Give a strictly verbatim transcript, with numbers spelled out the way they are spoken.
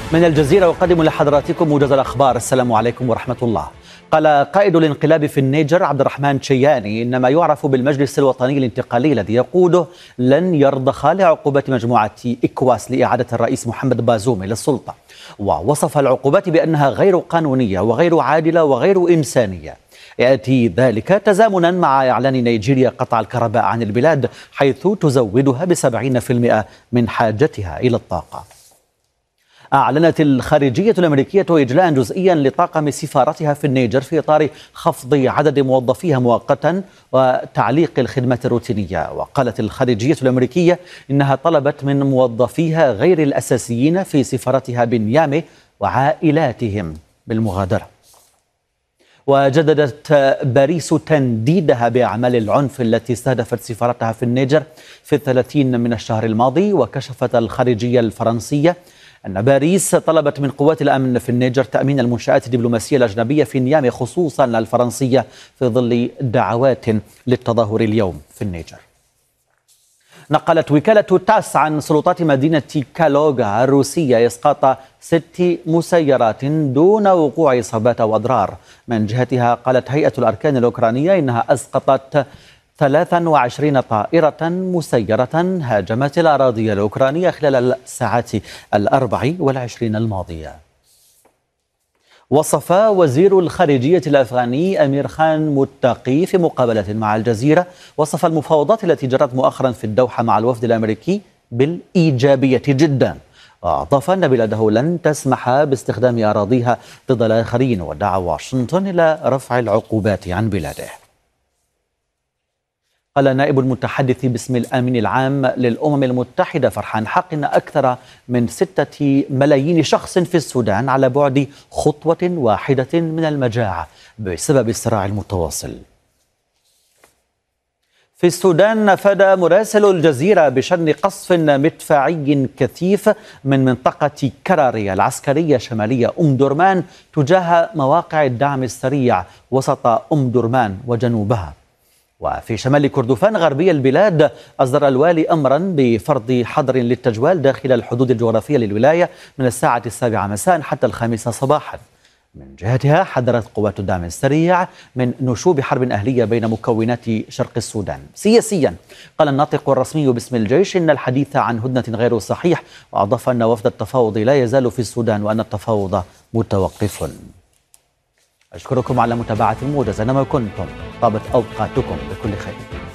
من الجزيرة أقدم لحضراتكم موجز الأخبار. السلام عليكم ورحمة الله. قال قائد الانقلاب في النيجر عبد الرحمن تشياني إن ما يعرف بالمجلس الوطني الانتقالي الذي يقوده لن يرضخ لعقوبة مجموعة إكواس لإعادة الرئيس محمد بازوم إلى السلطة، ووصف العقوبات بأنها غير قانونية وغير عادلة وغير إنسانية. يأتي ذلك تزامنا مع إعلان نيجيريا قطع الكهرباء عن البلاد، حيث تزودها بسبعين بالمئة من حاجتها إلى الطاقة. أعلنت الخارجية الأمريكية إجلاء جزئيا لطاقم سفارتها في النيجر في إطار خفض عدد موظفيها مؤقتا وتعليق الخدمات الروتينية. وقالت الخارجية الأمريكية إنها طلبت من موظفيها غير الأساسيين في سفارتها بنيامي وعائلاتهم بالمغادرة. وجددت باريس تنديدها بأعمال العنف التي استهدفت سفارتها في النيجر في الثلاثين من الشهر الماضي. وكشفت الخارجية الفرنسية أن باريس طلبت من قوات الأمن في النيجر تأمين المنشآت الدبلوماسية الأجنبية في نيامي خصوصا الفرنسية في ظل دعوات للتظاهر اليوم في النيجر. نقلت وكالة تاس عن سلطات مدينة كالوغا الروسية إسقاط ست مسيرات دون وقوع إصابات أو أضرار. من جهتها قالت هيئة الأركان الأوكرانية إنها أسقطت ثلاث وعشرين طائرة مسيرة هاجمت الأراضي الأوكرانية خلال الساعات الأربع والعشرين الماضية. وصف وزير الخارجية الأفغاني أمير خان متقي في مقابلة مع الجزيرة وصف المفاوضات التي جرت مؤخرا في الدوحة مع الوفد الأمريكي بالإيجابية جدا، وأضاف أن بلاده لن تسمح باستخدام أراضيها ضد الآخرين، ودعا واشنطن إلى رفع العقوبات عن بلاده. قال نائب المتحدث باسم الأمين العام للأمم المتحدة فرحان حق إن أكثر من ستة ملايين شخص في السودان على بعد خطوة واحدة من المجاعة بسبب الصراع المتواصل. في السودان نفذ مراسل الجزيرة بشن قصف مدفعي كثيف من منطقة كراري العسكرية شمالية أم درمان تجاه مواقع الدعم السريع وسط أم درمان وجنوبها. وفي شمال كردفان غربي البلاد أصدر الوالي أمرا بفرض حظر للتجوال داخل الحدود الجغرافية للولاية من الساعة السابعة مساء حتى الخامسة صباحا. من جهتها حذرت قوات الدعم السريع من نشوب حرب أهلية بين مكونات شرق السودان. سياسيا قال الناطق الرسمي باسم الجيش إن الحديث عن هدنة غير صحيح، وأضاف أن وفد التفاوض لا يزال في السودان وأن التفاوض متوقف. أشكركم على متابعة الموجز. أينما كنتم طابت أوقاتكم بكل خير.